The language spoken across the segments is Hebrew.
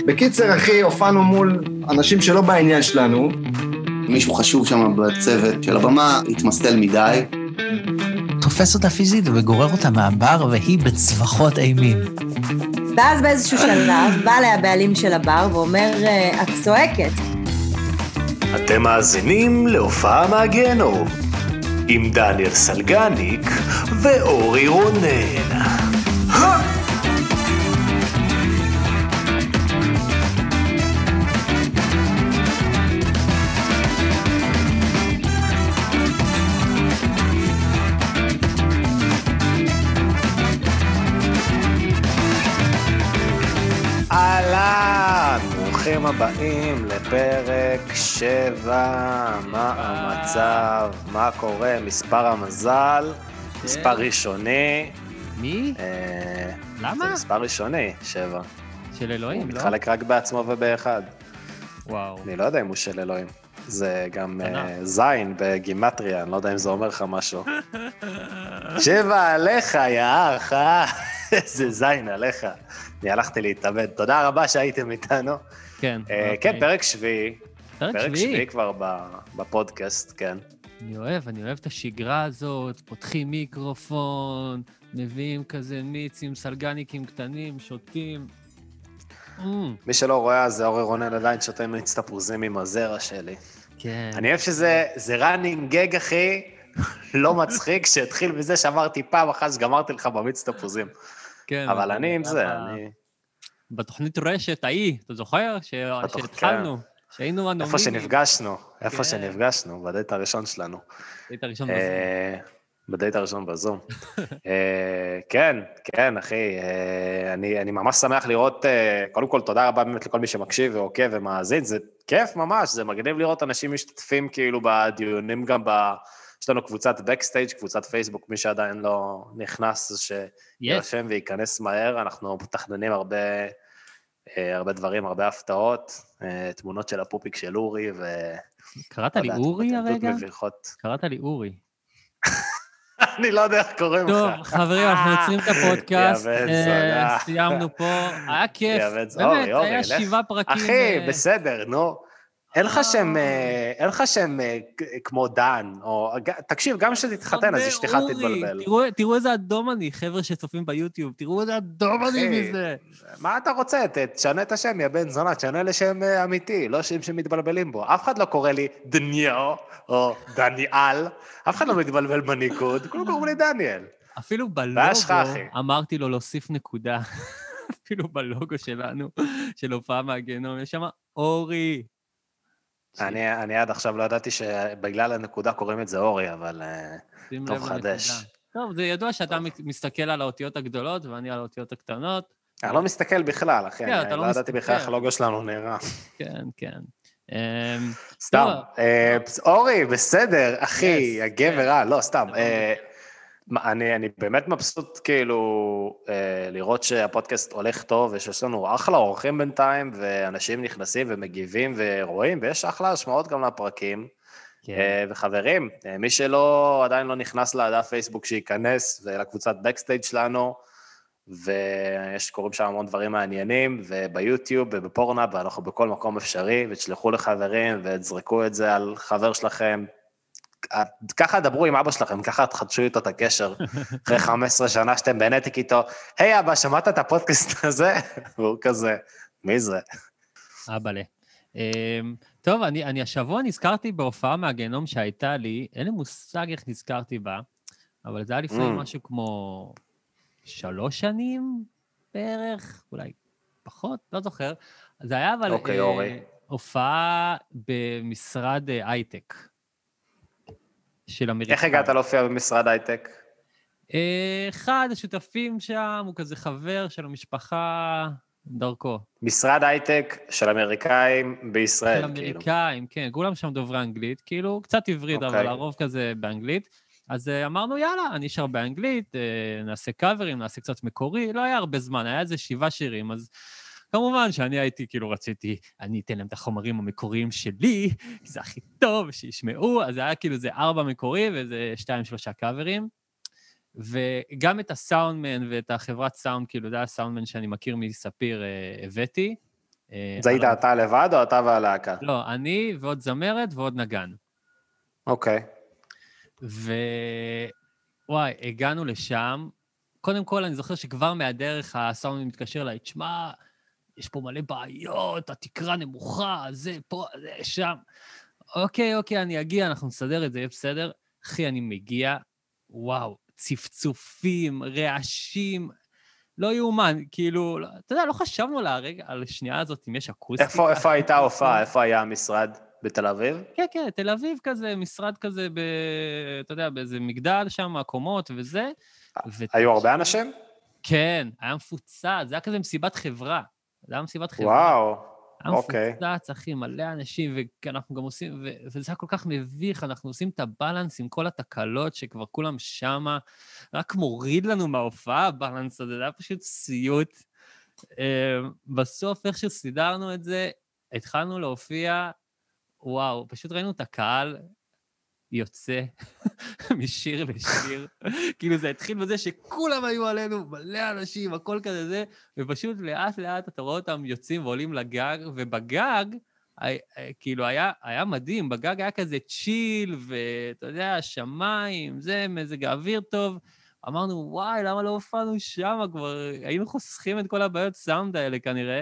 בקיצר, אחי, הופענו מול אנשים שלא בעניין שלנו. מישהו חשוב שם בצוות של הבמה, התמסטל מדי. תופס אותה פיזית וגורר אותה מהבר, והיא בצווחות אימים. ואז באיזשהו שלב, בא לה הבעלים של הבר ואומר, את צועקת. אתם מאזינים להופעה מהגיהנום, עם דניאל סלגניק ואורי רונן. אהלן, ברוכים הבאים לפרק 7, מה המצב, מה קורה, מספר המזל, מספר ראשוני. מי? למה? זה מספר ראשוני, 7. של אלוהים, לא? הוא מתחלק רק בעצמו ובאחד. וואו. אני לא יודע אם הוא של אלוהים. זה גם זין בגימטריה, אני לא יודע אם זה אומר לך משהו. 7 עליך, יא אח, איזה זין עליך. אני הלכתי להתאבד. תודה רבה שהייתם איתנו. כן. כן, פרק שביעי. פרק שביעי כבר בפודקאסט, כן. אני אוהב את השגרה הזאת, פותחים מיקרופון, מביאים כזה מיצים, סלגניקים קטנים, שותים. מי שלא רואה, זה אורי רונן עדיין שותה מיץ תפוזים עם הזרע שלי. כן. אני אוהב שזה running gag, אחי, לא מצחיק, שהתחיל בזה שאמרתי פעם אחת שגמרתי לך במיץ תפוזים. כן. אבל אני עם זה, אני... בתוכנית רשת, אתה זוכר? שהתחלנו, שהיינו אנונימים. איפה שנפגשנו, בדייט הראשון שלנו. בדייט הראשון בזום. בדייט הראשון בזום. כן, אחי, אני ממש שמח לראות, קודם כל תודה רבה באמת לכל מי שמקשיב ועוקב ומאזין, זה כיף ממש, זה מגניב לראות אנשים משתתפים כאילו בדיונים גם יש לנו קבוצת בקסטייג', קבוצת פייסבוק, מי שעדיין לא נכנס, שירשם וייכנס מהר, אנחנו מתכננים הרבה דברים, הרבה הפתעות, תמונות של הפופיק של אורי, קראת לי אורי הרגע? קראת לי אורי. אני לא יודע איך קוראים לך. טוב, חברים, אנחנו יוצרים את הפודקאסט, סיימנו פה, היה כיף, באמת, היה 7 פרקים. אחי, בסדר, נו. אין לך שם כמו דן, או... תקשיב, גם כשתתחתן, אז אשתך תתבלבל. תראו איזה אדום אני, חבר'ה שצופים ביוטיוב, תראו איזה אדום אני מזה. מה אתה רוצה? תשנה את השם, יא בן זונה, תשנה לשם אמיתי, לא שם שמתבלבלים בו. אף אחד לא קורא לי דניאל, או דניאל, אף אחד לא מתבלבל בניקוד, כולם קוראים לי דניאל. אפילו בלוגו, אמרתי לו להוסיף נקודה, אפילו בלוגו שלנו, של הופעה מהגיהנום, יש שם אורי. אני עד עכשיו לא ידעתי שבגלל הנקודה קוראים את זה אורי, אבל טוב חדש. טוב, זה ידוע שאתה מסתכל על האותיות הגדולות, ואני על האותיות הקטנות. אני לא מסתכל בכלל, אחי, אני לא ידעתי בכלל איך הלוגו שלנו נראה. כן. סתם, אורי, בסדר, אחי, הגבר, לא, סתם. אני באמת מבסוט כאילו לראות שהפודקאסט הולך טוב, ושיש לנו אחלה אורחים בינתיים, ואנשים נכנסים ומגיבים ורואים, ויש אחלה השמעות גם לפרקים. וחברים, מי שלא עדיין לא נכנס לדף פייסבוק שייכנס, ולקבוצת בקסטייג' שלנו, ויש קוראים שם המון דברים מעניינים, וביוטיוב ובפורנאפ, ואנחנו בכל מקום אפשרי, ותשלחו לחברים, ותזרקו את זה על חבר שלכם, ככה דברו עם אבא שלכם, ככה תחדשו איתו את הקשר, אחרי 15 שנה שאתם בנתק איתו, היי אבא, שמעת את הפודקאסט הזה? והוא כזה, מי זה? אבאלה. טוב, אני השבוע נזכרתי בהופעה מהגיהנום שהייתה לי, אין לי מושג איך נזכרתי בה, אבל זה היה לפני משהו כמו 3 שנים בערך, אולי פחות, לא זוכר. זה היה אבל הופעה במשרד הייטק. של אמריקאים. איך הגעת להופיע במשרד הייטק? אחד השותפים שם, הוא כזה חבר של המשפחה דרכו. משרד הייטק של אמריקאים בישראל, של אמריקאים, כן, כולם שם דוברי אנגלית, כאילו, קצת עברית, אבל הרוב כזה באנגלית. אז אמרנו, יאללה, אני אשאר באנגלית, נעשה קאברים, נעשה קצת מקורי, לא היה הרבה זמן, היה איזה 7 שירים, אז... כמובן שאני הייתי, כאילו רציתי, אני אתן להם את החומרים המקוריים שלי, כי זה הכי טוב, שישמעו, אז זה היה כאילו זה 4 מקורי, וזה 2-3 קאברים, וגם את הסאונדמן ואת החברת סאונד, כאילו זה היה הסאונדמן שאני מכיר מספיר הבאתי, זה היית אתה לבד או אתה והלהקה? לא, אני ועוד זמרת ועוד נגן. אוקיי. וואי, הגענו לשם. קודם כל, אני זוכר שכבר מהדרך הסאונד מתקשר אליי, תשמע, יש פה מלא בעיות, התקרה נמוכה, זה פה, זה שם. אוקיי, אני אגיע, אנחנו נסדר את זה, יהיה בסדר. אחי, אני מגיע, וואו, צפצופים, רעשים, לא יאומן, כאילו, אתה יודע, לא חשבנו על השנייה הזאת, אם יש אקוסטיקה. איפה הייתה ההופעה? איפה היה המשרד? בתל אביב? כן, תל אביב כזה, משרד כזה, אתה יודע, באיזה מגדל שם, הקומות וזה. היו הרבה אנשים? כן, היה מפוצץ, זה היה כזה מסיבת חברה. וואו, אוקיי. היה מפוצץ, אחי, מלא אנשים, ואנחנו גם עושים, וזה היה כל כך מביך, אנחנו עושים את הבלנס עם כל התקלות שכבר כולם שמה, רק מוריד לנו מההופעה, הבלנס הזה, זה היה פשוט סיוט. בסוף, איך שסידרנו את זה, התחלנו להופיע, וואו, פשוט ראינו את הקהל יוצא משיר לשיר, כאילו זה התחיל בזה שכולם היו עלינו, מלא אנשים, הכל כזה זה, ופשוט לאט לאט אתה רואה אותם יוצאים ועולים לגג, ובגג, כאילו היה מדהים, בגג היה כזה צ'יל, ואתה יודע, שמיים, זה מזג האוויר טוב, אמרנו, וואי, למה לא הופענו שם? כבר היינו חוסכים את כל הבעיות סאונד האלה כנראה,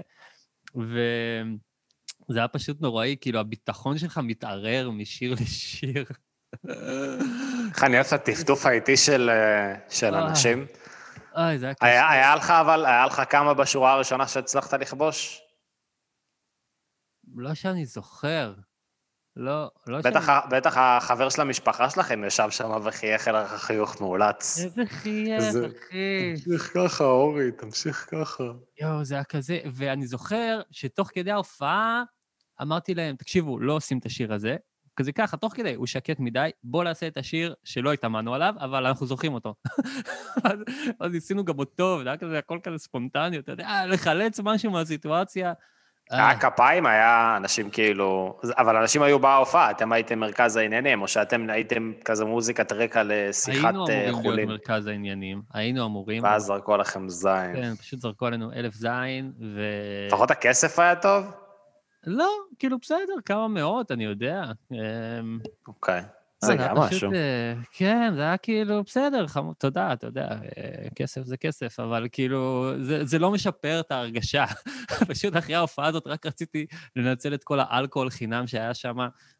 זה היה פשוט נוראי, כאילו הביטחון שלך מתערער משיר לשיר. איך אני אוהב את הטפטוף האיטי של אנשים? זה היה קשה. היה לך כמה בשורה הראשונה שהצלחת לכבוש? לא שאני זוכר. בטח החבר של המשפחה שלכם ישב שם וחייך אליך חיוך מאולץ. איזה חייך, אחי. תמשיך ככה, אורי, תמשיך ככה. יואו, זה היה כזה, ואני זוכר שתוך כדי ההופעה, אמרתי להם, תקשיבו, לא עושים את השיר הזה, כזה ככה, תוך כדי, הוא שקט מדי, בוא נעשה את השיר שלא התאמנו עליו, אבל אנחנו זוכרים אותו. אז ניסינו גם אותו, וזה היה כזה, הכל כזה ספונטני, אתה יודע, לחלץ משהו מהסיטואציה. היה כפיים, היה אנשים כאילו, אבל אנשים היו בהופעה, אתם הייתם מרכז העניינים, או שאתם הייתם כזה מוזיקת רקע לשיחת חולים. היינו אמורים להיות מרכז העניינים, היינו אמורים. ואז זרקו לכם זין. כן, פשוט זרקו עלינו 1000 זין, לפחות הכסף היה טוב? לא, כאילו בסדר, כמה מאות, אני יודע. אוקיי, זה גם משהו. כן, זה היה כאילו בסדר, תודה, אתה יודע, כסף זה כסף, אבל כאילו, זה לא משפר את ההרגשה. פשוט אחרי ההופעה הזאת רק רציתי לנצל את כל האלכוהול חינם שהיה שם,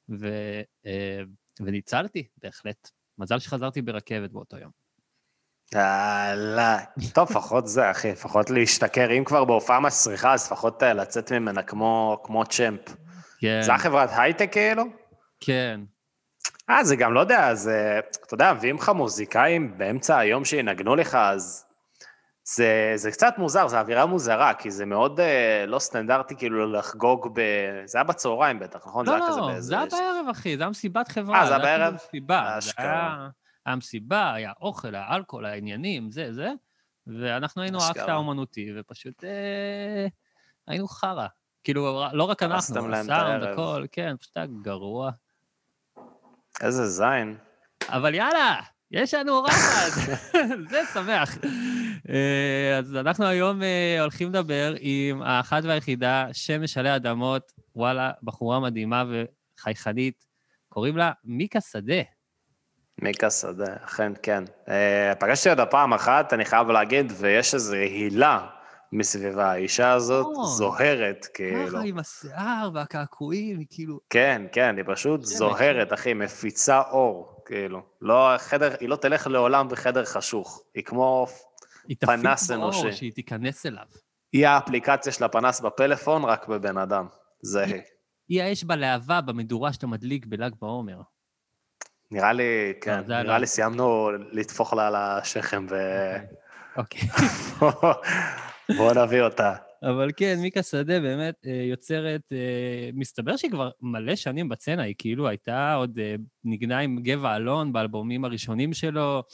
וניצלתי, בהחלט. מזל שחזרתי ברכבת באותו יום. יאללה, טוב, לפחות זה, אחי, לפחות להשתכר, אם כבר בהופעה מסריחה, אז לפחות לצאת ממנה כמו צ'מפ. כן. זה החברת הייטק כאילו? כן. זה גם לא יודע, אז אתה יודע, מביאים לך מוזיקאים באמצע היום שינגנו לך, אז זה קצת מוזר, זה אווירה מוזרה, כי זה מאוד לא סטנדרטי כאילו לחגוג זה היה בצהריים בטח, נכון? לא, זה היה בערב, אחי, זה היה מסיבת חברה. זה היה בערב? היה מסיבה, היה אוכל, היה אלכוהול, היה עניינים, זה, ואנחנו היינו האקט האומנותי, ופשוט היינו חרה. כאילו, לא רק אנחנו, הסאונד, הכל, כן, פשוט היה גרוע. איזה זין. אבל יאללה, יש לנו אורחת, זה שמח. אז אנחנו היום הולכים לדבר עם האחת והיחידה, שמש עלי אדמות, וואלה, בחורה מדהימה וחייכנית, קוראים לה מיקה שדה. מיקה שדה, אכן כן. פגשתי עוד הפעם אחת, אני חייב להגיד, ויש איזו הילה מסביבה, האישה הזאת זוהרת, כאילו. ככה עם השיער והקעקועים, היא כאילו... כן, היא פשוט זוהרת, אחי, מפיצה אור, כאילו. היא לא תלך לעולם בחדר חשוך, היא כמו פנס אנושי. היא תפיץ באור שהיא תיכנס אליו. היא האפליקציה של הפנס בפלאפון, רק בבן אדם. זה היא. היא האש בלהבה במדורה שאתה מדליק בל"ג בעומר. נראה לי, כן, נראה לי סיימנו לתפוך לה על השכם אוקיי. בואו נביא אותה. אבל כן, מיקה שדה באמת יוצרת, מסתבר שהיא כבר מלא שנים בצנה, היא כאילו הייתה עוד נגנה עם גבע אלון באלבומים הראשונים שלו,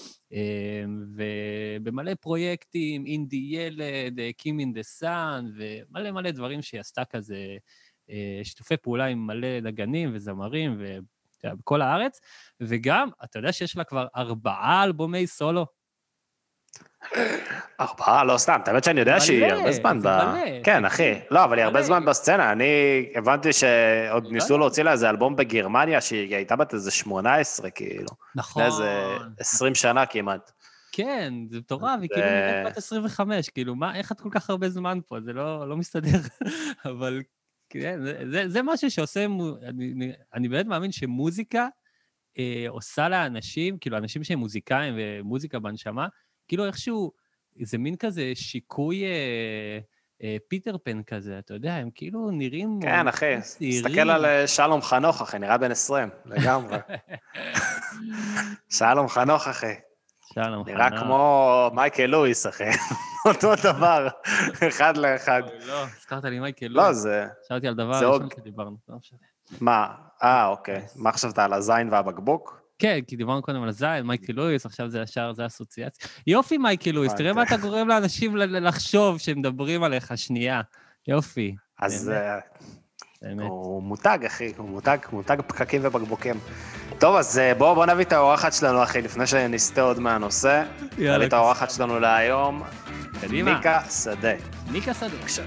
ובמלא פרויקטים, אינדי ילד, קים אין דה סאן, ומלא מלא דברים שהיא עשתה כזה, שיתופי פעולה עם מלא נגנים וזמרים, בכל הארץ, וגם, אתה יודע שיש לה כבר 4 אלבומי סולו? 4? לא, סתם, האמת שאני יודע שהיא הרבה זמן כן, אחי. לא, אבל היא הרבה זמן בסצנה. אני הבנתי שעוד ניסו להוציא לה איזה אלבום בגרמניה, שהיא הייתה בת איזה 18, כאילו. נכון. איזה 20 שנה כמעט. כן, זה מטורף, היא כאילו נראית בת 25, כאילו, איך את כל כך הרבה זמן פה? זה לא מסתדר. אבל כן, זה משהו שעושה, אני באמת מאמין שמוזיקה עושה לאנשים, כאילו, אנשים שהם מוזיקאים ומוזיקה בנשמה, כאילו איכשהו, זה מין כזה שיקוי פיטר פן כזה, אתה יודע, הם כאילו נראים... כן, אחי, תסתכל על שלום חנוך, אחי, נראה בן 20, לגמרי. שלום חנוך, אחי. שלום חנוך. נראה כמו מייקל לואיס, אחי. אותו דבר, אחד לאחד. לא, הזכרת לי מייקל לואיס. לא, זה... שאלתי על דבר ראשון שדיברנו. מה? אוקיי. מה חשבת על הזין והבקבוק? כן, כי דיברנו קודם על הזין, מייקל לואיס, עכשיו זה השאר, זה אסוציאציה. יופי, מייקל לואיס, תראה מה אתה גורם לאנשים לחשוב שהם מדברים עליך, שנייה. יופי. אז הוא מותג, אחי, הוא מותג פקקים ובקבוקים. טוב, אז בואו נביא את האורחת שלנו, אחי, לפני שנסתה עוד מהנושא. נביא את האורחת שלנו להיום. קדימה. ניקה שדה. ניקה שדה. בבקשה.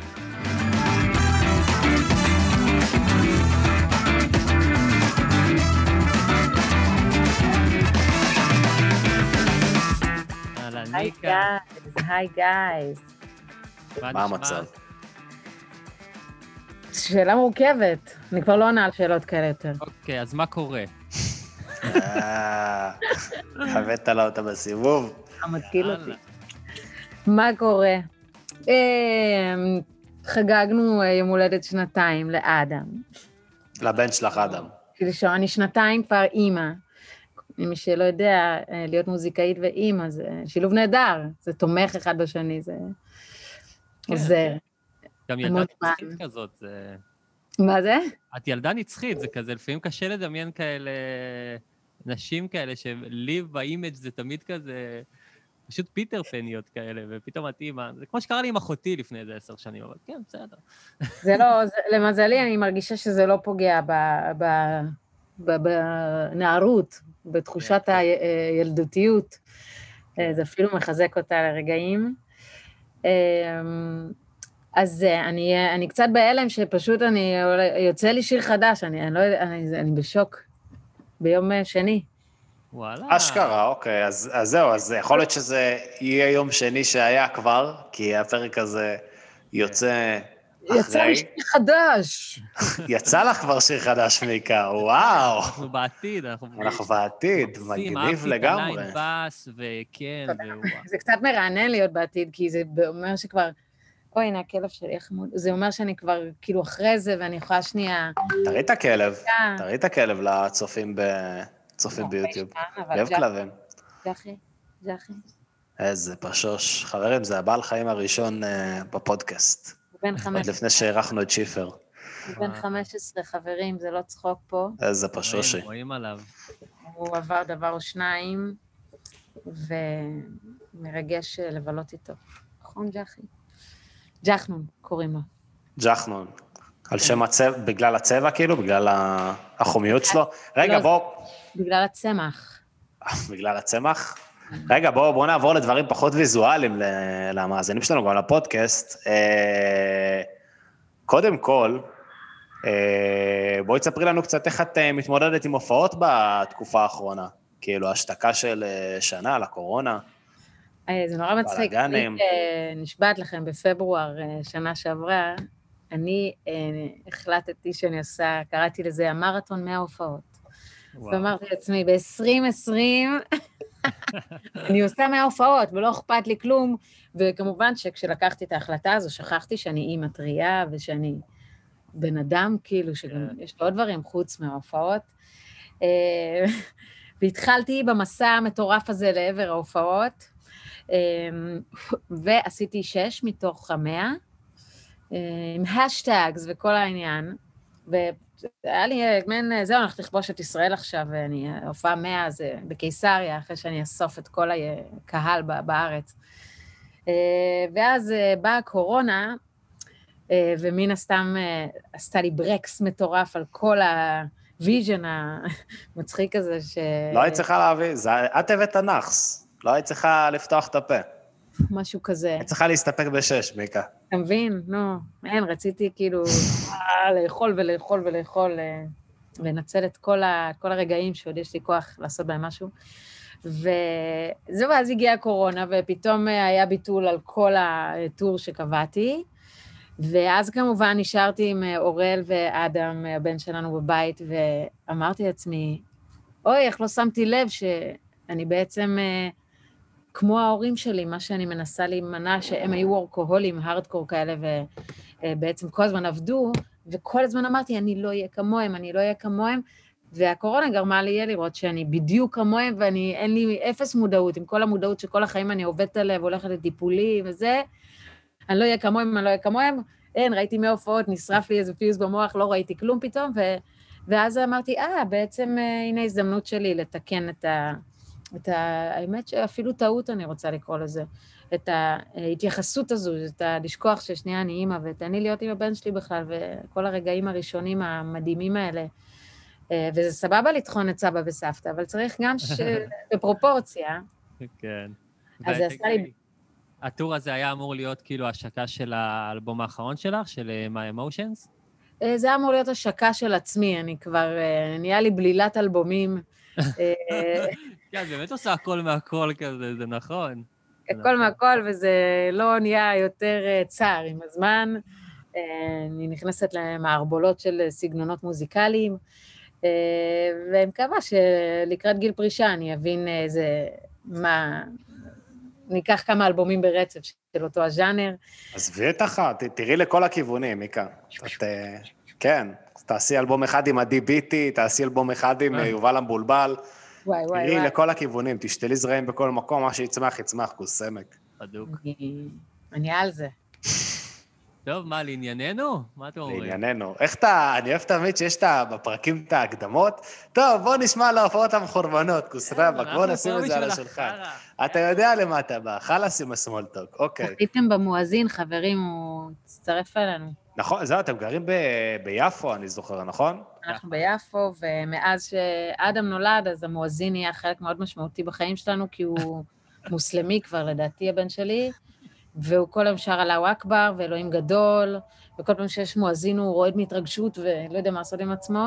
היי גייז. מה המצב? שאלה מורכבת. אני כבר לא עונה על שאלות כאלה יותר. אוקיי, אז מה קורה? הבאת לה אותה בסיבוב. מתקיל אותי. מה קורה? חגגנו יום הולדת 2 לאדם. לבן שלך אדם. אני 2 כבר אימא. מי שלא יודע, להיות מוזיקאית ואימא, זה שילוב נהדר. זה תומך אחד בשני, זה עוזר. גם ילדה נצחית כזאת, זה... מה זה? את ילדה נצחית, זה כזה, לפעמים קשה לדמיין כאלה, נשים כאלה, שליב באימג' זה תמיד כזה, פשוט פיטר פניות כאלה, ופתאום את אימא, זה כמו שקרה לי עם אחותי לפני איזה 10 שנים, אבל כן, בסדר. זה לא, למזלי, אני מרגישה שזה לא פוגע בנערות, בתחושת הילדותיות, זה אפילו מחזק אותה לרגעים. אז אני קצת בהלם שפשוט יוצא לי שיר חדש, אני בשוק ביום שני. וואלה. אשכרה, אוקיי, אז זהו, אז יכול להיות שזה יהיה יום שני שהיה כבר, כי הפרק הזה יוצא אחרי. יצא לי שיר חדש. יצא לך כבר שיר חדש מיקה, וואו. אנחנו בעתיד. אנחנו בעתיד, מגניב לגמרי. בס וכן, זה קצת מרענן להיות בעתיד, כי זה אומר שכבר, אוי, הנה הכלב שלי, איך חמוד, זה אומר שאני כבר כאילו אחרי זה, ואני יכולה שנייה... תראי את הכלב לצופים ביוטיוב. לב כלבים. ג'חי. איזה פשוש. חברים, זה הבעל חיים הראשון בפודקאסט. עוד לפני שהערכנו את שיפר. הוא בן 15 חברים, זה לא צחוק פה. איזה פשושי. רואים עליו. הוא עבר דבר או שניים, ומרגש לבלות איתו. נכון, ג'חי? ג'חנון, קוראים לו. ג'חנון. על שם הצבע, בגלל הצבע כאילו? בגלל החומיות שלו? רגע, בוא... בגלל הצמח. בגלל הצמח? רגע, בואו נעבור לדברים פחות ויזואליים למאזינים שלנו, גם לפודקאסט. קודם כל, בואי תספרי לנו קצת איך את מתמודדת עם הופעות בתקופה האחרונה. כאילו, השתקה של שנה לקורונה. זה נורא מצחיק. נשבעת לכם בפברואר שנה שעברה, אני החלטתי שאני עושה, קראתי לזה המרתון 100 הופעות. ואמרתי לעצמי, ב-2020, אני עושה 100 הופעות, ולא אכפת לי כלום, וכמובן שכשלקחתי את ההחלטה הזו, שכחתי שאני אימא טריה, ושאני בן אדם, כאילו, שיש לו עוד דברים חוץ מההופעות. והתחלתי במסע המטורף הזה לעבר ההופעות, ועשיתי 6 מתוך 100, עם השטאגס וכל העניין, והיה לי, זהו, אני הולכת לכבוש את ישראל עכשיו, ואני הופעה 100 זה בקיסריה, אחרי שאני אסוף את כל הקהל בארץ. ואז באה הקורונה, ומן הסתם עשתה לי ברקס מטורף על כל הוויז'ן המצחיק הזה לא היית צריכה להביא, את הבאת הנאחס. לא היית צריכה לפתוח את הפה. משהו כזה. היית צריכה להסתפק ב6, מיקה. אתה מבין? נו, אין, רציתי כאילו לאכול ולאכול ולאכול, לנצל את כל הרגעים שעוד יש לי כוח לעשות בהם משהו. וזהו, אז הגיעה הקורונה, ופתאום היה ביטול על כל הטור שקבעתי, ואז כמובן נשארתי עם אורל ואדם, הבן שלנו בבית, ואמרתי לעצמי, אוי, איך לא שמתי לב שאני בעצם כמו ההורים שלי, מה שאני מנסה להימנע, שהם היו וורקוהולים, הארדקור כאלה, ובעצם כל הזמן עבדו, וכל הזמן אמרתי, אני לא אהיה כמוהם, אני לא אהיה כמוהם, והקורונה גרמה לי לראות שאני בדיוק כמוהם, ואין לי אפס מודעות, עם כל המודעות שכל החיים אני עובדת עליה, והולכת לטיפולים וזה, אני לא אהיה כמוהם, אני לא אהיה כמוהם, אין, ראיתי מהופעות, נשרף לי איזה פיוס במוח, לא ראיתי כלום פתאום, ואז אמרתי, בעצם הנה הזדמנות שלי לתקן האמת שאפילו טעות אני רוצה לקרוא לזה, את ההתייחסות הזו, את לשכוח ששנייה אני אימא, ותעני להיות עם הבן שלי בכלל, וכל הרגעים הראשונים המדהימים האלה, וזה סבבה לטחון את סבא וסבתא, אבל צריך גם בפרופורציה. כן. אז זה עשה לי... הטור הזה היה אמור להיות כאילו השקה של האלבום האחרון שלך, של My Emotions? זה היה אמור להיות השקה של עצמי, אני כבר, נהיה לי בלילת אלבומים. כן, באמת עושה הכל מהכל כזה, זה נכון. הכל מהכל, וזה לא נהיה יותר צער עם הזמן. אני נכנסת למערבולות של סגנונות מוזיקליים, ואני מקווה שלקראת גיל פרישה אני אבין מה... ניקח כמה אלבומים ברצף של אותו הז'אנר. עזבי את אחת, תראי לכל הכיוונים, מיקה. כן, תעשי אלבום אחד עם עדי ביטי, תעשי אלבום אחד עם יובל המבולבל. תראי לכל הכיוונים, תשתלי זרעים בכל מקום, מה שיצמח, יצמח, כוסמק. בדוק. אני על זה. טוב, מה, לענייננו? מה אתם אומרים? לענייננו. אני אוהב תמיד שיש בפרקים את ההקדמות. טוב, בוא נשמע להופעות המחורבנות, כוסרבק, בוא נשים את זה על השולחן. אתה יודע למה אתה בא, חלאס עם הסמולטוק, אוקיי. חכיתם במואזין, חברים, הוא תצטרף אלינו. נכון, זהו, אתם גרים ביפו, אני זוכר, נכון? אנחנו ביפו, ומאז שאדם נולד, אז המואזין יהיה חלק מאוד משמעותי בחיים שלנו, כי הוא מוסלמי כבר, לדעתי, הבן שלי, והוא כל היום שר אללהו אכבר, ואלוהים גדול, וכל פעם שיש מואזין הוא רועד מהתרגשות, ולא יודע מה לעשות עם עצמו.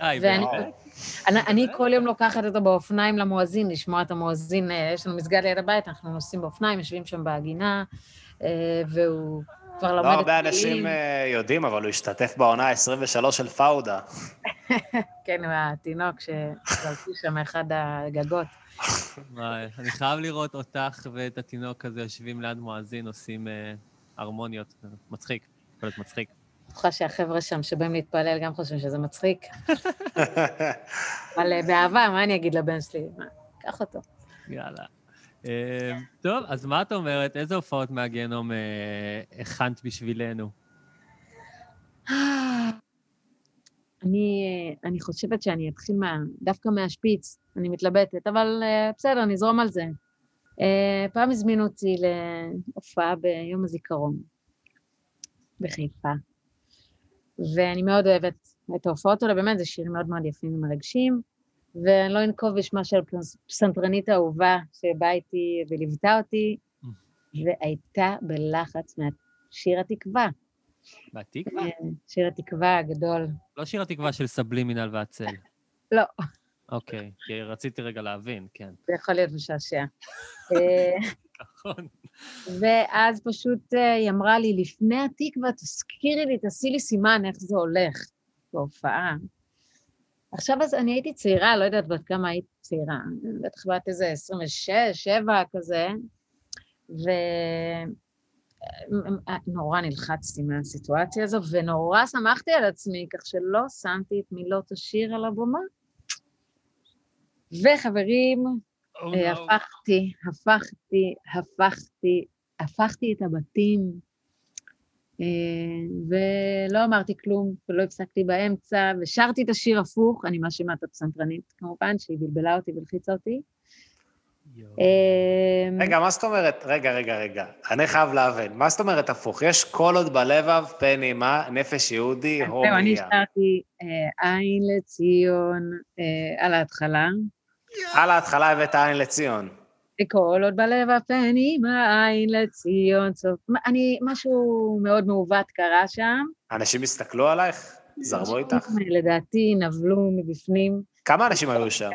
אני כל יום לוקחת אותו באופניים למואזין, לשמוע את המואזין, יש לנו מסגד ליד הבית, אנחנו נוסעים באופניים, יושבים שם בהגינה, והוא כבר לומד את לא הרבה אנשים יודעים, אבל הוא השתתף בעונה 23 של פאודה. כן, התינוק שזרקו שם אחד הגגות. אני חייב לראות אותך ואת התינוק הזה יושבים ליד מואזין, עושים הרמוניות. מצחיק, יכול להיות מצחיק. בטוחה שהחבר'ה שם שבאים להתפלל גם חושבים שזה מצחיק. אבל באהבה, מה אני אגיד לבן שלי? קח אותו. יאללה. טוב, אז מה את אומרת? איזה הופעות מהגיהנום הכנת בשבילנו? אני חושבת שאני אתחיל דווקא מהשפיץ, אני מתלבטת, אבל בסדר, נזרום על זה. פעם הזמינו אותי להופעה ביום הזיכרון בחיפה, ואני מאוד אוהבת את ההופעות האלה, באמת זה שירים מאוד מאוד יפים ומרגשים, ואני לא אנקוב בשמה של פסנתרנית האהובה שבאה איתי וליוותה אותי, והייתה בלחץ מהשיר התקווה. בתקווה? שיר התקווה הגדול. לא שיר התקווה של סבלימינל והצל. לא. אוקיי, כי רציתי רגע להבין, כן. זה יכול להיות משעשע. נכון. ואז פשוט היא אמרה לי, לפני התקווה, תזכירי לי, תעשי לי סימן איך זה הולך בהופעה. עכשיו אז אני הייתי צעירה, לא יודעת בת כמה הייתי צעירה, בטח בת איזה 26, 7 כזה, ונורא נלחצתי מהסיטואציה הזו, ונורא שמחתי על עצמי, כך שלא שמתי את מילות השיר על הבמה. וחברים, הפכתי את הבתים, ולא אמרתי כלום, ולא הפסקתי באמצע, ושרתי את השיר הפוך, אני מאשימה את הפסנתרנית, כמובן, שהיא בלבלה אותי ולחיצה אותי. רגע, מה זאת אומרת? רגע. אני חייב להבין. מה זאת אומרת הפוך? יש כל עוד בלבב, פה נעימה, נפש יהודי, הומיה. אני שרתי עין לציון על ההתחלה. על ההתחלה הבאת עין לציון. כל עוד בלב הפנים, העין לציון סוף. משהו מאוד מעוות קרה שם. אנשים הסתכלו עלייך? זרמו איתך? לדעתי נבלו מבפנים. כמה אנשים היו שם?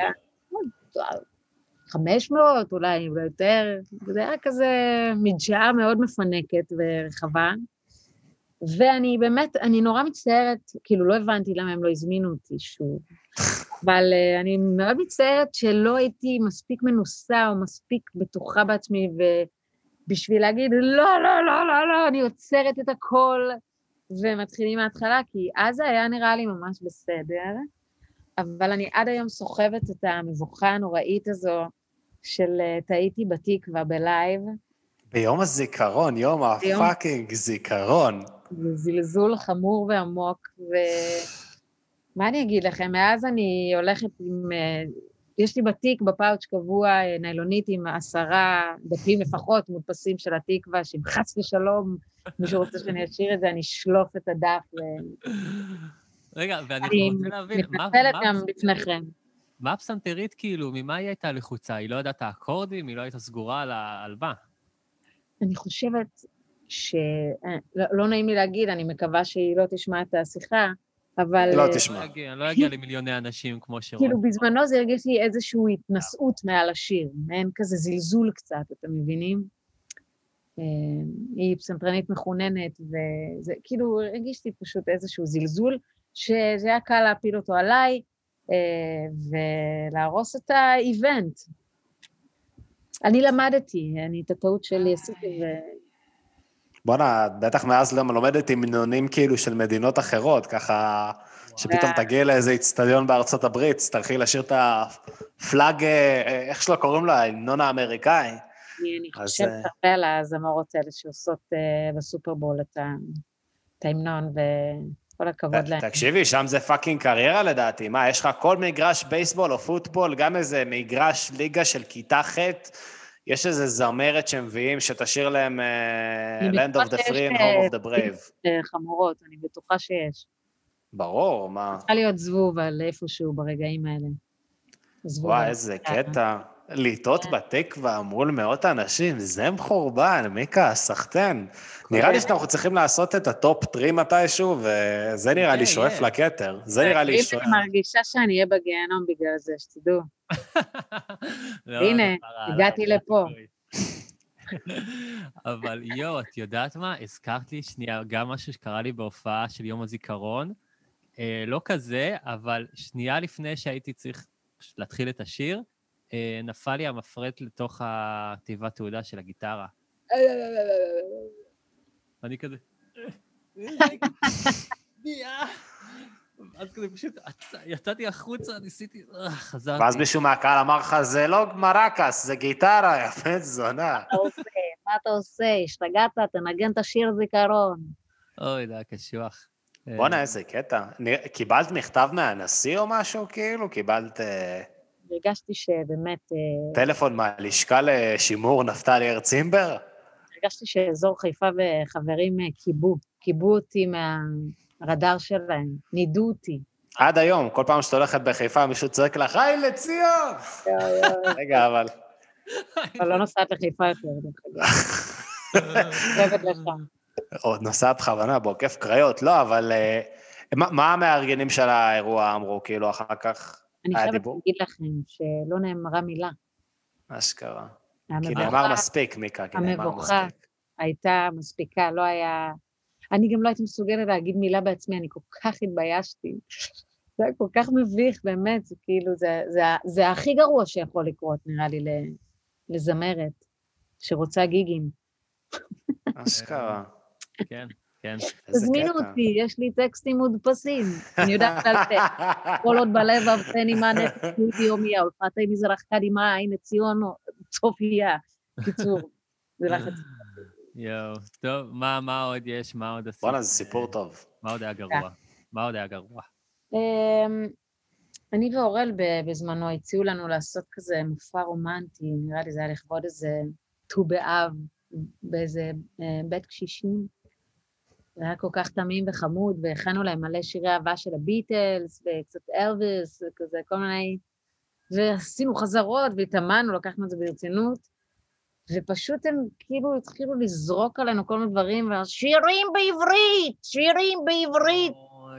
500 אולי יותר. זה היה כזה מדשאה מאוד מפנקת ורחבה. ואני באמת, אני נורא מצטערת, כאילו לא הבנתי למה הם לא הזמינו אותי שוב. אבל אני מאוד מצטערת שלא הייתי מספיק מנוסה או מספיק בטוחה בעצמי, ובשביל להגיד, לא, לא, לא, לא, לא, אני עוצרת את הכל, ומתחילים מההתחלה, כי אז זה היה נראה לי ממש בסדר, אבל אני עד היום סוחבת את המבוכה הנוראית הזו, של טעיתי בתקווה בלייב. ביום הזיכרון, יום הפאקינג זיכרון. זה זלזול חמור ועמוק, מה אני אגיד לכם? מאז אני הולכת עם... יש לי בתיק בפאוץ' קבוע ניילונית עם 10 דפים לפחות מודפסים של התקווה, שאם חס ושלום מישהו רוצה שאני אשאיר את זה, אני אשלוף את הדף. רגע, ואני רוצה להבין, אני מתנצלת גם בפניכם. מה הפסנתרית כאילו? ממה היא הייתה לחוצה? היא לא ידעת את האקורדים? היא לא הייתה סגורה על ההלווה? אני חושבת לא נעים לי להגיד, אני מקווה שהיא לא תשמע את השיחה, אבל... לא תשמע. לא יגיע למיליוני אנשים כמו שרון. כאילו בזמנו זה הרגיש לי איזושהי התנסות מעל השיר, אין כזה זלזול קצת, אתם מבינים? היא פסנתרנית מחוננת, וזה כאילו הרגיש לי פשוט איזשהו זלזול, שזה היה קל להפיל אותו עליי, ולהרוס את האיבנט. אני למדתי, את הטעות שלי עשיתי בוא'נה, בטח מאז לומדת עם מינונים כאילו של מדינות אחרות, ככה שפתאום תגיע לאיזה אצטדיון בארצות הברית, תצטרכי לשיר את הפלאג, איך שלא קוראים לה, ההמנון האמריקאי. אני חושבת הרבה על הזמרות האלה שעושות בסופרבול את ההמנון, וכל הכבוד להם. תקשיבי, שם זה פאקינג קריירה לדעתי, מה, יש לך כל מגרש בייסבול או פוטבול, גם איזה מגרש ליגה של כיתה ח', יש איזה זמרת שמביאים שתשאיר להם Land of the Free and Home of the Brave. חמורות, אני בטוחה שיש. ברור, מה? צריכה להיות זבוב על איפשהו ברגעים האלה. וואי, איזה קטע. ליטות בתקווה מול מאות אנשים, זה מחורבן, מיקה, סחטן. נראה לי שאנחנו צריכים לעשות את הטופ 3 מתישהו, וזה נראה לי שואף לכתר. זה נראה לי שואף. אני מרגישה שאני אהיה בגיהנום בגלל זה, שתדעו. הנה, הגעתי לפה. אבל יו, את יודעת מה? הזכרת לי שנייה, גם משהו שקרה לי בהופעה של יום הזיכרון, לא כזה, אבל שנייה לפני שהייתי צריך להתחיל את השיר, נפל לי המפרט לתוך התיבת תעודה של הגיטרה. אני כזה... אז כזה פשוט יצאתי החוצה, ניסיתי, חזרתי. ואז מישהו מהקהל אמר לך, זה לא מרקס, זה גיטרה, יפה זונה. מה אתה עושה? השתגעת, תנגן את השיר זיכרון. אוי, זה היה קשוח. בוא'נה, איזה קטע. קיבלת מכתב מהנשיא או משהו, כאילו? קיבלת... הרגשתי שבאמת... טלפון מהלשכה לשימור נפתלי הרצימבר? הרגשתי שאזור חיפה וחברים קיבו אותי מהרדאר שלהם, נידו אותי. עד היום, כל פעם שאתה הולכת בחיפה, מישהו צועק לך, היי לציון! רגע, אבל... אבל לא נוסעת לחיפה יותר, חושבת לשם. עוד נוסעת בכוונה, בעוקף קריות, לא, אבל... מה המארגנים של האירוע אמרו, כאילו, אחר כך? אני חייבת להגיד לכם שלא נאמרה מילה. אשכרה. כי נאמר מספיק, מיקה, כי נאמר מספיק. המבוכה הייתה מספיקה, לא היה... אני גם לא הייתי מסוגלת להגיד מילה בעצמי, אני כל כך התביישתי. זה היה כל כך מביך, באמת, זה כאילו, זה הכי גרוע שיכול לקרות, נראה לי, לזמרת, שרוצה גיגים. אשכרה. כן. כן. תזמינו אותי, יש לי טקסטים מודפסים, אני יודעת על זה. כל עוד בלב אבטני מענת סטודיו מיה, ולפתי מזרח קדימה, הנה ציון, צופיה. קיצור, זה לחץ. יואו, טוב, מה עוד יש? מה עוד עשית? בוא'נה, זה סיפור טוב. מה עוד היה גרוע? אני ואורל בזמנו הציעו לנו לעשות כזה מופע רומנטי, נראה לי זה היה לכבוד איזה ט"ו באב, באיזה בית קשישים. זה היה כל כך תמים וחמוד, והכנו להם מלא שירי אהבה של הביטלס, וקצת אלוויס, וכזה, כל מיני... ועשינו חזרות, והתאמנו, לקחנו את זה ברצינות, ופשוט הם כאילו התחילו לזרוק עלינו כל מיני דברים, שירים בעברית, שירים בעברית.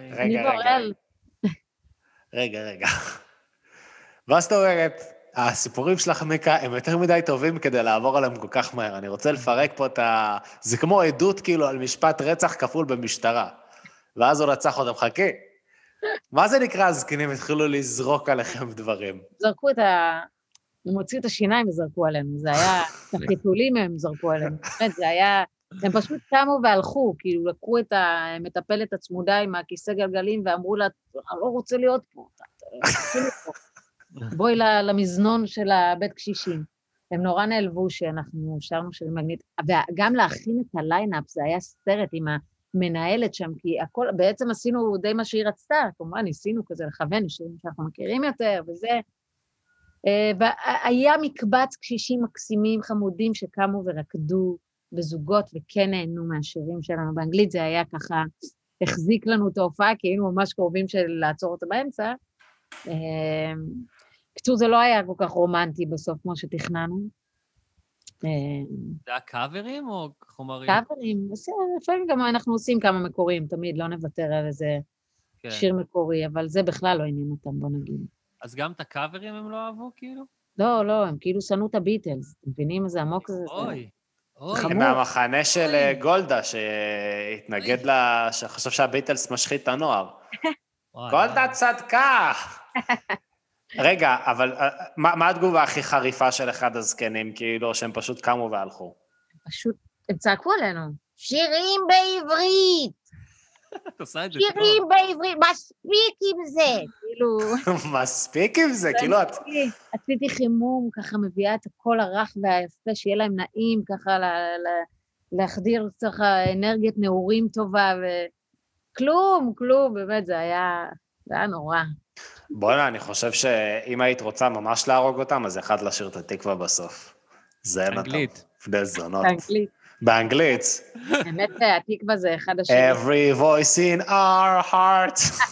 רגע. ואז אתה אומרת, הסיפורים שלך, מיקה, הם יותר מדי טובים כדי לעבור עליהם כל כך מהר. אני רוצה לפרק פה זה כמו עדות כאילו על משפט רצח כפול במשטרה. ואז הוא רצח אותם, חכה. מה זה נקרא הזקנים התחילו לזרוק עליכם דברים? זרקו הם הוציאו את השיניים וזרקו עלינו, זה היה, את החיתולים הם זרקו עלינו, באמת, זה היה, הם פשוט קמו והלכו, כאילו לקחו את המטפלת הצמודה עם הכיסא גלגלים, ואמרו לה, אני לא רוצה להיות פה, בואי למזנון של הבית קשישים. הם נורא נעלבו שאנחנו שרנו שירים מגנית, וגם להכין את הליינאפ, זה היה סרט עם המנהלת שם, כי הכל, בעצם עשינו די מה שהיא רצתה, כמובן ניסינו כזה לכוון, שירים שאנחנו מכירים יותר, וזה, והיה מקבץ קשישים מקסימים חמודים שקמו ורקדו בזוגות וכן נהנו מהשירים שלנו. באנגלית זה היה ככה, החזיק לנו את ההופעה, כי היינו ממש קרובים של לעצור אותה באמצע. קצור, זה לא היה כל כך רומנטי בסוף כמו שתכננו. זה היה קאברים או חומרים? קאברים, לפעמים גם אנחנו עושים כמה מקוריים, תמיד לא נוותר על איזה שיר מקורי, אבל זה בכלל לא עניין אותם, בוא נגיד. אז גם את הקאברים הם לא אהבו, כאילו? לא, הם כאילו שנו את הביטלס, אתם מבינים איזה עמוק זה? אוי. הם מהמחנה של גולדה, שהתנגד לה, שחשב שהביטלס משחית את הנוער. גולדה צדקה! רגע, אבל מה התגובה הכי חריפה של אחד הזקנים, כאילו שהם פשוט קמו והלכו? פשוט, הם צעקו עלינו, שירים בעברית! שירים בעברית, מספיק עם זה, כאילו... מספיק עם זה, כאילו את... עשיתי חימום, ככה מביאה את הכל הרך והיפה, שיהיה להם נעים, ככה להחדיר ככה אנרגיית נעורים טובה, וכלום, באמת, זה היה נורא. בוא'נה, אני חושב שאם היית רוצה ממש להרוג אותם, אז אחד לשיר את התקווה בסוף. זה אנגלית. בני זונות. באנגלית. באנגלית. באמת, התקווה זה אחד השירים. Every voice in our heart.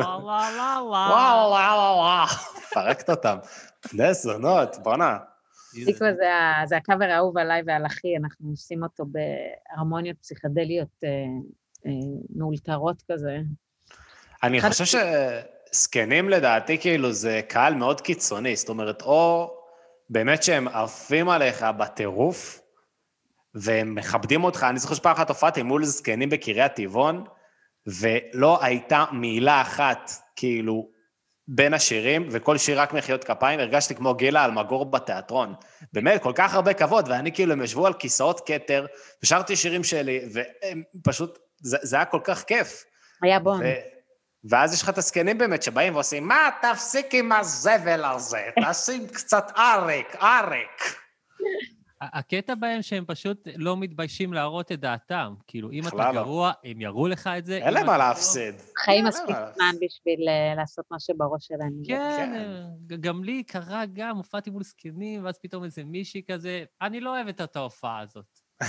וואו. פרקת אותם. בני זונות, בוא'נה. התקווה זה הקאבר האהוב עליי ועל אחי, אנחנו עושים אותו בהרמוניות פסיכדליות מאולתרות כזה. אני חושב שסקנים לדעתי כאילו זה קהל מאוד קיצוני, זאת אומרת, או באמת שהם עפים עליך בטירוף, והם מכבדים אותך. אני זוכר שפעם אחת הופעתי מול זקנים בקריית טבעון, ולא הייתה מילה אחת כאילו בין השירים, וכל שיר רק מחיאות כפיים, הרגשתי כמו גילה אלמגור בתיאטרון. באמת, כל כך הרבה כבוד, ואני כאילו הם ישבו על כיסאות כתר, ושרתי שירים שלי, ופשוט, זה היה כל כך כיף. היה בון. ואז יש לך את הסקנים באמת שבאים ועושים, מה, תפסיק עם הזבל הזה, תשים קצת ארק. הקטע בהם שהם פשוט לא מתביישים להראות את דעתם, כאילו אם אתה גרוע, הם יראו לך את זה. אין להם מה להפסיד. חיים מספיק זמן בשביל לעשות מה שבראש שלהם. כן, גם לי קרה גם, הופעתי מול סקנים, ואז פתאום איזה מישהי כזה, אני לא אוהבת את ההופעה הזאת.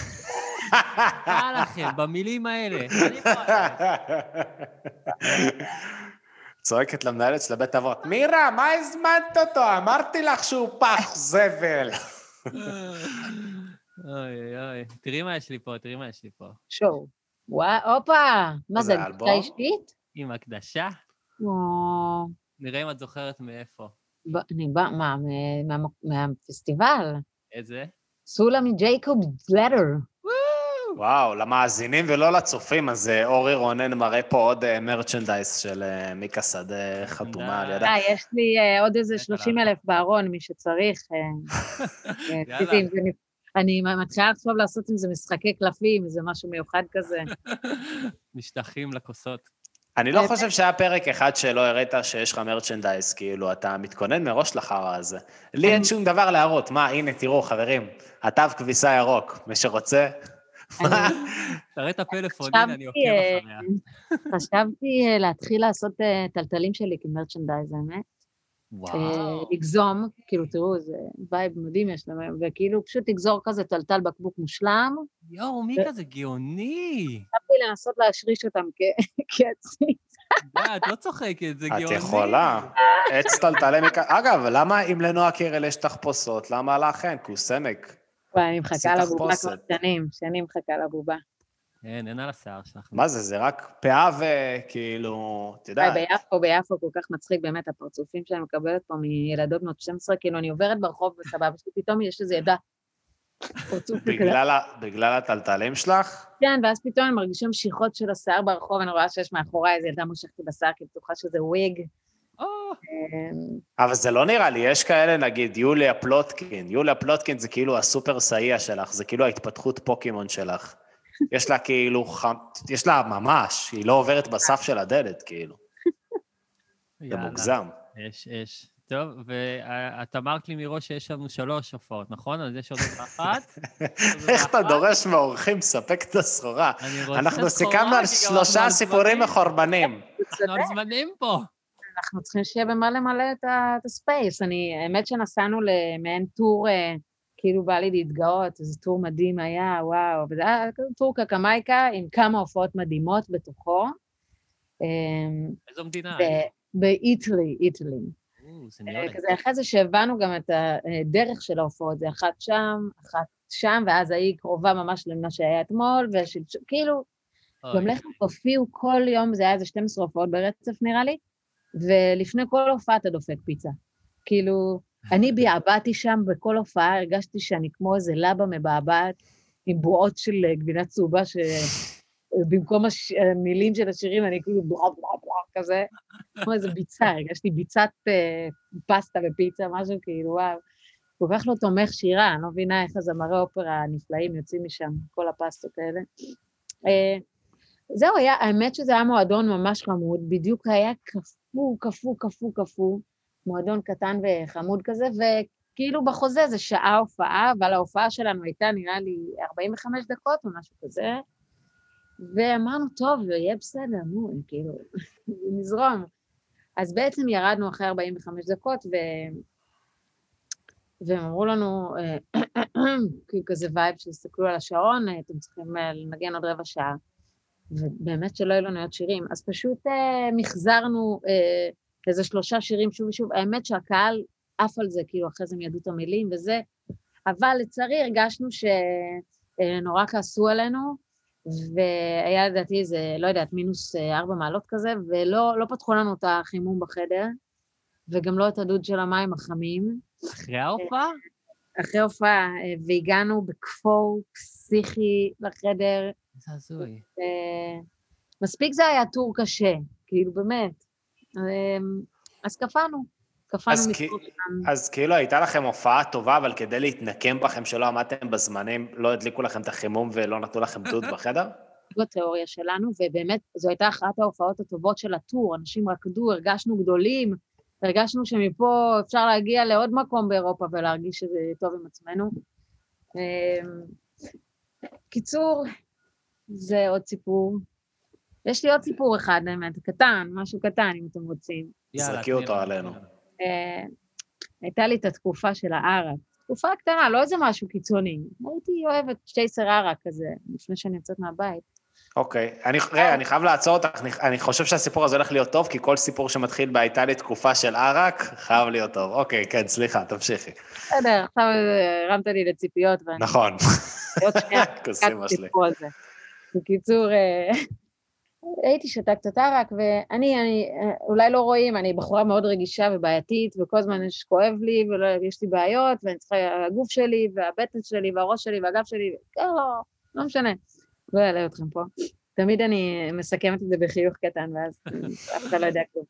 מה לכם, במילים האלה, אני לא אוהבת. צועקת למנהלת של בית אבות, מירה, מה הזמנת אותו? אמרתי לך שהוא פח זבל. אוי, תראי מה יש לי פה. שואו. וואו, אופה, מה זה, הקדשה אשתית? עם הקדשה? נראה אם את זוכרת מאיפה. אני באה, מהפסטיבל. איזה? סולה מג'ייקובס לטר. וואו, למאזינים ולא לצופים, אז אורי רונן מראה פה עוד מרצ'נדייס של מיקה שדה חתומה על ידה. יש לי עוד איזה 30,000 בארון, מי שצריך. אני מתחילה עכשיו לעשות עם זה משחקי קלפים, איזה משהו מיוחד כזה. משטחים לכוסות. אני לא חושב שהיה פרק אחד שלא הראית שיש לך מרצ'נדייס, כאילו, אתה מתכונן מראש לחרה הזה. לי אין שום דבר להראות, מה, הנה, תראו, חברים, התו כביסה ירוק, מי שרוצה... תראה את הפלאפון, הנה, אני עוקב אחריה. חשבתי להתחיל לעשות טלטלים שלי כמרצ'נדייז, האמת. וואו. לגזום, כאילו, תראו, זה וייב מדהים יש להם, וכאילו פשוט לגזור כזה טלטל בקבוק מושלם. יואו, מי כזה גאוני. חשבתי לנסות להשריש אותם כעציץ. את לא צוחקת, זה גאוני. את יכולה. עץ טלטלי אגב, למה אם לנועה קירל יש תחפושות, למה לכן? כי הוא סמק. וואי, אני מחכה לבובה כבר שנים מחכה לבובה. אין על השיער שלך. מה זה? זה רק פאה וכאילו, את יודעת. ביפו כל כך מצחיק באמת, הפרצופים שאני מקבלת פה מילדות בנות 12, כאילו אני עוברת ברחוב וסבבה, פתאום יש איזה ידה. בגלל הטלטלים שלך? כן, ואז פתאום אני מרגישה משיכות של השיער ברחוב, אני רואה שיש מאחורי איזה ילדה מושכת בשיער, כי בטוחה שזה וויג. אבל זה לא נראה לי, יש כאלה, נגיד, יוליה פלוטקין זה כאילו הסופר סאייה שלך, זה כאילו ההתפתחות פוקימון שלך. יש לה כאילו, יש לה ממש, היא לא עוברת בסף של הדלת, כאילו. זה מוגזם. יש. טוב, ואת אמרת לי מראש שיש לנו 3 הופעות, נכון? אז יש עוד אחת. איך אתה דורש מהאורחים ספק את הסחורה? אנחנו סיכמנו על 3 סיפורים מחורבנים. אנחנו על זמנים פה. אנחנו צריכים שיהיה במה למלא את הספייס. האמת שנסענו למעין טור, כאילו בא לי להתגאות, איזה טור מדהים היה, וואו, וזה היה טור קקמייקה עם כמה הופעות מדהימות בתוכו. איזו מדינה? באיטלי. כזה אחרי זה שהבנו גם את הדרך של ההופעות, זה אחת שם, ואז היא קרובה ממש למה שהיה אתמול, וכאילו, גם לך הופיעו כל יום, זה היה איזה 12 הופעות ברצף נראה לי, ולפני כל הופעה אתה דופק פיצה. כאילו, אני ביעבעתי שם בכל הופעה, הרגשתי שאני כמו איזה לבה מבעבעת, עם בועות של גבינה צהובה, שבמקום המילים של השירים, אני כאילו בלה בלה בלה כזה, כמו איזה ביצה, הרגשתי ביצת פסטה ופיצה, משהו כאילו, וואו, כל כך לא תומך שירה, אני לא מבינה איך הזמרי אופרה הנפלאים יוצאים משם, כל הפסטות האלה. זהו, האמת שזה היה מועדון ממש חמוד, בדיוק היה קפוא, מועדון קטן וחמוד כזה, וכאילו בחוזה זה שעה הופעה, אבל ההופעה שלנו הייתה נראה לי 45 דקות או משהו כזה, ואמרנו, טוב, יהיה בסדר, נו, כאילו, נזרום. אז בעצם ירדנו אחרי 45 דקות, והם אמרו לנו, כאילו כזה וייב שהסתכלו על השעון, אתם צריכים לנגן עוד רבע שעה, ובאמת שלא היו לנו עוד שירים, אז פשוט מחזרנו איזה 3 שירים שוב ושוב, האמת שהקהל עף על זה, כאילו אחרי זה הם ידעו את המילים וזה, אבל לצערי הרגשנו שנורא כעסו עלינו, והיה לדעתי איזה, לא יודעת, מינוס 4 מעלות כזה, ולא פתחו לנו את החימום בחדר, וגם לא את הדוד של המים החמים. אחרי ההופעה? אחרי ההופעה, והגענו בכפור פסיכי לחדר. זה הזוי. מספיק זה היה טור קשה, כאילו באמת. אז קפאנו אז כאילו הייתה לכם הופעה טובה, אבל כדי להתנקם בכם שלא עמדתם בזמנים, לא הדליקו לכם את החימום ולא נתנו לכם דוד בחדר? בתיאוריה שלנו, ובאמת זו הייתה אחת ההופעות הטובות של הטור, אנשים רקדו, הרגשנו גדולים, הרגשנו שמפה אפשר להגיע לעוד מקום באירופה ולהרגיש שזה טוב עם עצמנו. קיצור, זה עוד סיפור. יש לי עוד סיפור אחד, באמת, קטן, משהו קטן, אם אתם רוצים. זרקי אותו עלינו. הייתה לי את התקופה של הערק, תקופה קטנה, לא איזה משהו קיצוני. הייתי אוהבת 2 ערק כזה, לפני שאני יוצאת מהבית. אוקיי, אני חייב לעצור אותך, אני חושב שהסיפור הזה הולך להיות טוב, כי כל סיפור שמתחיל בהייתה לי תקופה של ערק, חייב להיות טוב. אוקיי, כן, סליחה, תמשיכי. בסדר, עכשיו הרמת לי לציפיות. נכון. קוסים משלי. בקיצור, הייתי שתה קצת ערק, ואני, אולי לא רואים, אני בחורה מאוד רגישה ובעייתית, וכל הזמן יש כואב לי, ויש לי בעיות, ואני צריכה, הגוף שלי, והבטן שלי, והראש שלי, והגב שלי, לא משנה. לא אעלה אתכם פה. תמיד אני מסכמת את זה בחיוך קטן, ואז אף אחד לא יודע כלום.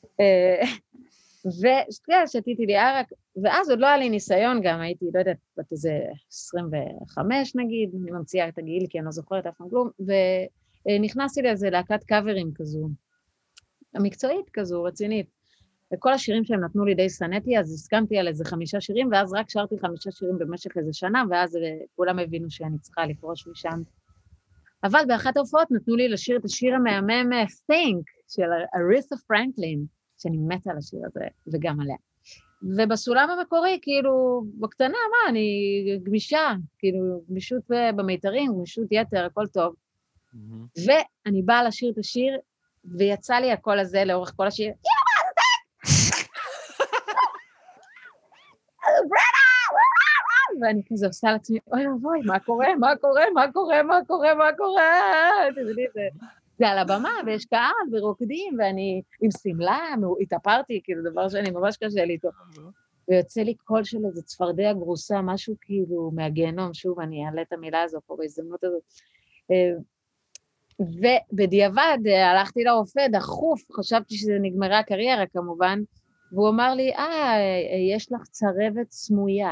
ושתיתי לי ערק, ואז עוד לא היה לי ניסיון גם, הייתי, לא יודעת, בת איזה 25 נגיד, אני ממציאה את הגיל, כי אני לא זוכרת אף פעם כלום, ונכנסתי לאיזה להקת קאברים כזו, המקצועית כזו, רצינית. וכל השירים שהם נתנו לי די סנטי, אז הסכמתי על איזה 5 שירים, ואז רק שרתי 5 שירים במשך איזה שנה, ואז כולם הבינו שאני צריכה לפרוש משם. אבל באחת ההופעות נתנו לי לשיר את השיר המהמם Think של ארית'ה פרנקלין, שאני מתה על השיר הזה, וגם עליה. ובסולם המקורי, כאילו, בקטנה, מה, אני גמישה, כאילו, גמישות במיתרים, גמישות יתר, הכל טוב. ואני באה לשיר את השיר, ויצא לי הקול הזה לאורך כל השיר, ואני כזה עושה לעצמי, אוי אוי, מה קורה, מה קורה, מה קורה, מה קורה, מה קורה, זה על הבמה, ויש קהל, ורוקדים, ואני עם סמלה, התאפרתי, כאילו, דבר שאני ממש קשה לי איתו. ויוצא לי קול של איזה צפרדע גרוסה, משהו כאילו מהגיהנום, שוב, אני אעלה את המילה הזו פה בהזדמנות הזאת. ובדיעבד הלכתי לרופא, דחוף, חשבתי שזה נגמרה הקריירה כמובן, והוא אמר לי, יש לך צרבת סמויה.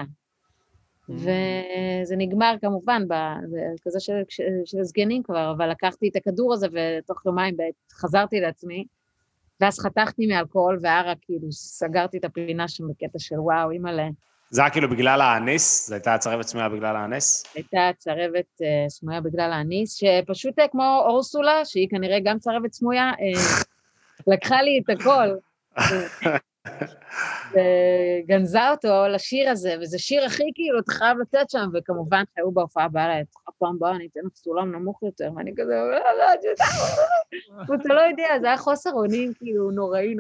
וזה נגמר כמובן, כזה של הסגנים כבר, אבל לקחתי את הכדור הזה, ותוך יומיים חזרתי לעצמי, ואז חתכתי מאלכוהול, והערה כאילו סגרתי את הפינה שם בקטע של וואו, אימא'לה. זה היה כאילו בגלל האניס? זו הייתה צרבת סמויה בגלל האניס? הייתה צרבת סמויה בגלל האניס, שפשוט כמו אורסולה, שהיא כנראה גם צרבת סמויה, לקחה לי את הכל, וגנזה אותו לשיר הזה, וזה שיר הכי כאילו, אתה חייב לתת שם, וכמובן שהיו בהופעה בעלה, הפעם באה, אני אתן לך סולם נמוך יותר, ואני כזה, אתה לא יודע, זה היה חוסר אונים, כאילו, נוראי.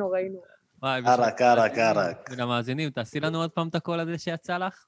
קרק. ולמאזינים, תעשי לנו עוד פעם את הקול הזה שיצא לך?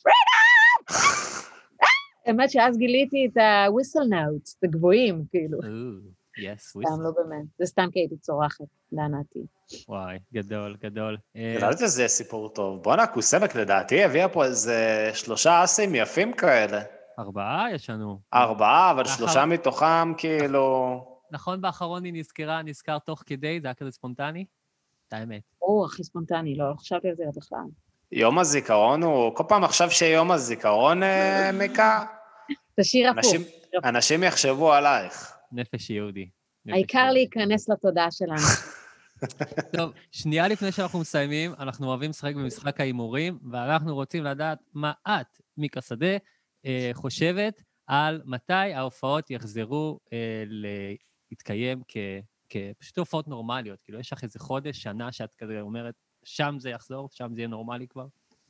האמת שאז גיליתי את ה-whistle notes, את הגבוהים, כאילו. סתם לא באמת, זה סתם כי הייתי צורחת, לענתי. וואי, גדול. לדעת שזה סיפור טוב. בוא'נה, קוסמק לדעתי הביאה פה איזה 3 אסים יפים כאלה. 4 יש לנו. 4, אבל 3 מתוכם כאילו... נכון, באחרון היא נזכר תוך כדי, זה היה כזה ספונטני? את האמת. הכי ספונטני, לא חשבתי על זה בכלל. יום הזיכרון הוא, כל פעם עכשיו שיום הזיכרון מיקה, תשאיר הפוך. אנשים יחשבו עלייך. נפש יהודי. העיקר להיכנס לתודעה שלנו. טוב, שנייה לפני שאנחנו מסיימים, אנחנו אוהבים לשחק במשחק ההימורים, ואנחנו רוצים לדעת מה את, מיקה שדה, חושבת על מתי ההופעות יחזרו להתקיים פשוט הופעות נורמליות. כאילו, יש לך איזה חודש, שנה, שאת כזה אומרת, שם זה יחזור, שם זה יהיה נורמלי כבר?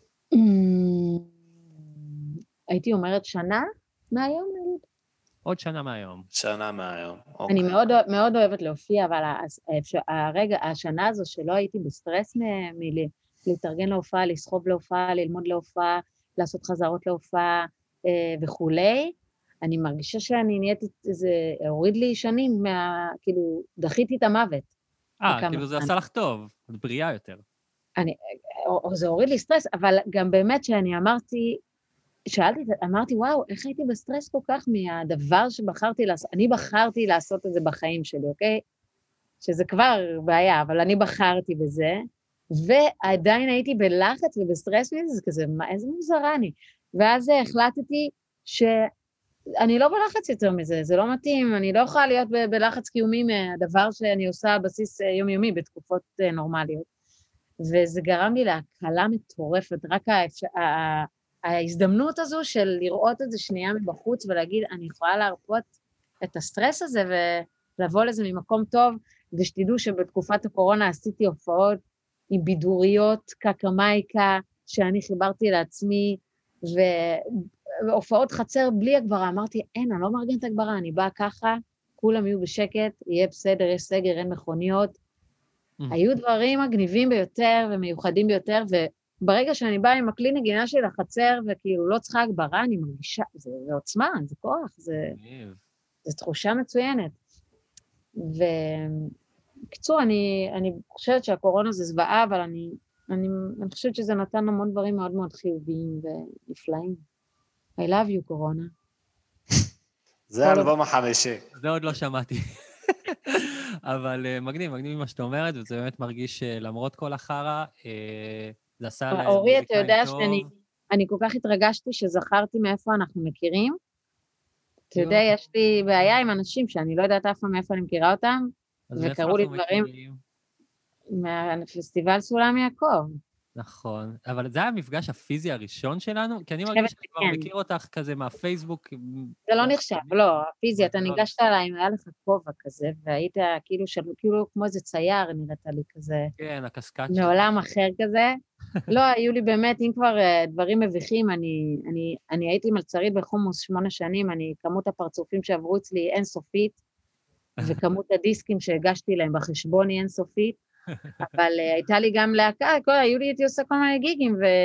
הייתי אומרת שנה מהיום, נגיד. עוד שנה מהיום. שנה מהיום. אני מאוד אוהבת להופיע, אבל השנה הזו שלא הייתי בסטרס להתארגן להופעה, לסחוב להופעה, ללמוד להופעה, לעשות חזרות להופעה וכולי, אני מרגישה שאני נהייתי, זה הוריד לי שנים, כאילו, דחיתי את המוות. כאילו זה עשה לך טוב, את בריאה יותר. זה הוריד לי סטרס, אבל גם באמת שאני אמרתי, וואו, איך הייתי בסטרס כל כך מהדבר שבחרתי לעשות, אני בחרתי לעשות את זה בחיים שלי, אוקיי? שזה כבר בעיה, אבל אני בחרתי בזה, ועדיין הייתי בלחץ ובסטרס מזה, זה כזה, איזה מוזרה אני. ואז החלטתי שאני לא בלחץ יותר מזה, זה לא מתאים, אני לא יכולה להיות בלחץ קיומי מהדבר שאני עושה על בסיס יומיומי בתקופות נורמליות. וזה גרם לי להקלה מטורפת, רק ההזדמנות הזו של לראות את זה שנייה מבחוץ ולהגיד, אני יכולה להרפות את הסטרס הזה ולבוא לזה ממקום טוב, ושתדעו שבתקופת הקורונה עשיתי הופעות עם בידוריות, קקמייקה, שאני חיברתי לעצמי, והופעות חצר בלי הגברה, אמרתי, אני לא מארגן את הגברה, אני באה ככה, כולם יהיו בשקט, יהיה בסדר, יש סגר, אין מכוניות, היו דברים מגניבים ביותר ומיוחדים ביותר, וברגע שאני באה עם הכלי נגינה של החצר, וכאילו לא צריכה הגברה, אני מרגישה, זה עוצמה, זה כוח, זה תחושה מצוינת. ובקיצור, אני חושבת שהקורונה זה זוועה, אבל אני חושבת שזה נתן המון דברים מאוד מאוד חיוביים ונפלאים. I love you, קורונה. זה האלבום החמישי. זה עוד לא שמעתי. אבל מגניב מה שאתה אומרת, וזה באמת מרגיש למרות כל החרה, זה עשה להם... אורי, אתה יודע שאני כל כך התרגשתי שזכרתי מאיפה אנחנו מכירים. אתה יודע, יש לי בעיה עם אנשים שאני לא יודעת אף פעם מאיפה אני מכירה אותם, וקראו לי דברים מהפסטיבל סולם יעקב. נכון, אבל זה היה המפגש הפיזי הראשון שלנו, כי אני מרגיש שאני כבר מכיר אותך כזה מהפייסבוק. זה לא נחשב, לא, הפיזי, אתה ניגשת עליי, היה לך כובע כזה, והיית כאילו כמו איזה צייר, נראית לי כזה. כן, הקסקט. מעולם אחר כזה. לא, היו לי באמת, אם כבר דברים מביכים, אני הייתי מלצרית בחומוס 8 שנים, כמות הפרצופים שעברו אצלי אינסופית, וכמות הדיסקים שהגשתי להם בחשבון היא אינסופית, אבל הייתה לי גם להקה, הייתי עושה כל מיני גיגים,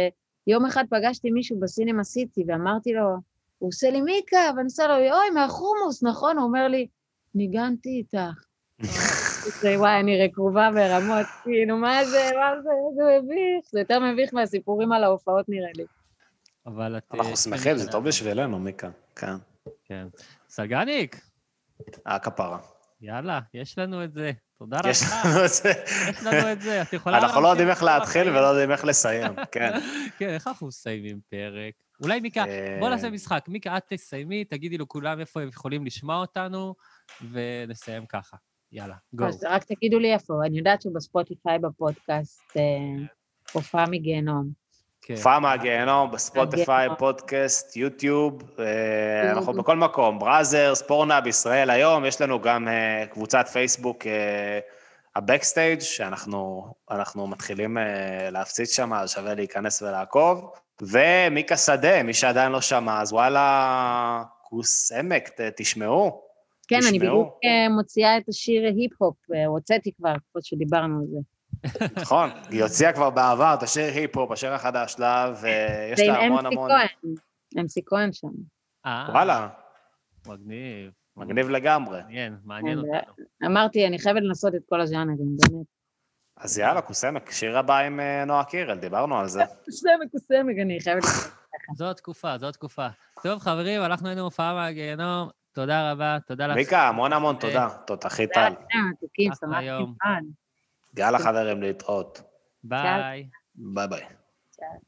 יום אחד פגשתי מישהו בסינמה סיטי, ואמרתי לו, הוא עושה לי מיקה, ואני עושה לו, אוי, מהחומוס, נכון? הוא אומר לי, ניגנתי איתך. וואי, אני רקובה ברמות, כאילו, מה זה מביך? זה יותר מביך מהסיפורים על ההופעות, נראה לי. אבל את... אנחנו שמחים, זה טוב בשבילנו, מיקה. כן. כן. סגניק. כפרה. יאללה, יש לנו את זה. תודה רבה. יש לנו את זה. יש לנו את זה. את יכולה... אנחנו לא יודעים איך להתחיל ולא יודעים איך לסיים, כן. כן, איך אנחנו מסיימים פרק? אולי מיקה, בוא נעשה משחק. מיקה, את תסיימי, תגידי לו כולם איפה הם יכולים לשמוע אותנו, ונסיים ככה. יאללה, גו. אז רק תגידו לי איפה, אני יודעת שבספוטיפיי בפודקאסט, הופעה מגיהנום. הופעה מהגיהנום, בספוטיפיי, פודקאסט, יוטיוב, אנחנו בכל מקום, בראזרס, פורנאב, ישראל היום, יש לנו גם קבוצת פייסבוק, הבקסטייג' שאנחנו מתחילים להפציץ שם, אז שווה להיכנס ולעקוב, ומיקה שדה, מי שעדיין לא שמע, אז וואלה, כוס עמק, תשמעו. כן, אני בדיוק מוציאה את השיר היפ-הופ, הוצאתי כבר, כמו שדיברנו על זה. נכון, היא הוציאה כבר בעבר את השיר היפ-הופ, השיר החדש שלה, ויש לה המון המון... אמסי כהן שם. וואלה. מגניב. מגניב לגמרי. מעניין אותנו. אמרתי, אני חייבת לנסות את כל הז'אנרים, באמת. אז יאללה, קוסמק, שיר הבא עם נועה קירל, דיברנו על זה. קוסמק, אני חייבת לנסות. זו תקופה. טוב, חברים, אנחנו היינו הופעה מהגיהנום. תודה רבה, תודה לך. מיקה, המון תודה. תותחי טל. תוקים, שמחתי מאוד. יאללה חברים, להתראות. ביי. ביי ביי. ciao.